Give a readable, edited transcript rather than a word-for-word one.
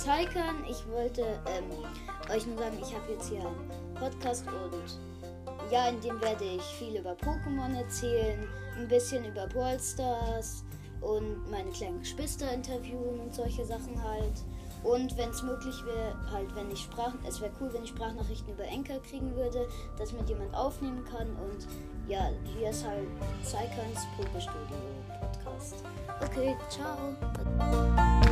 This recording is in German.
Zeikan. Ich wollte euch nur sagen, ich habe jetzt hier einen Podcast und ja, in dem werde ich viel über Pokémon erzählen, ein bisschen über Brawl Stars und meine kleinen Geschwister interviewen und solche Sachen halt. Und wenn es möglich wäre, halt, es wäre cool, wenn ich Sprachnachrichten über Anchor kriegen würde, dass mit jemand aufnehmen kann. Und ja, hier ist halt Zeikans Pokestudio Podcast. Okay, ciao.